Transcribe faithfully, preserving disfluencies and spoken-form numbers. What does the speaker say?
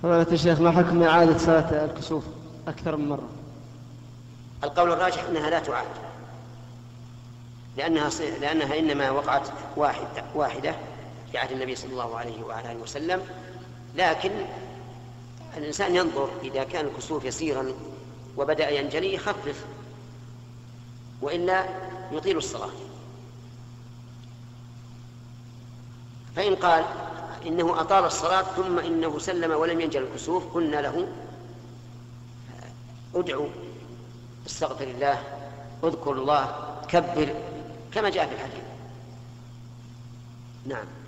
فضيلة الشيخ، ما حكم إعادة صلاة الكسوف أكثر من مرة؟ القول الراجح أنها لا تعاد، لأنها, لأنها إنما وقعت واحدة, واحدة في عهد النبي صلى الله عليه وعلى آله وسلم. لكن الإنسان ينظر، إذا كان الكسوف يسيرا وبدأ ينجلي يخفف، وإلا يطيل الصلاة. فإن قال إنه أطال الصلاة ثم إنه سلم ولم ينجل الكسوف، قلنا له ادعو، استغفر الله، اذكر الله، كبر، كما جاء في الحديث. نعم.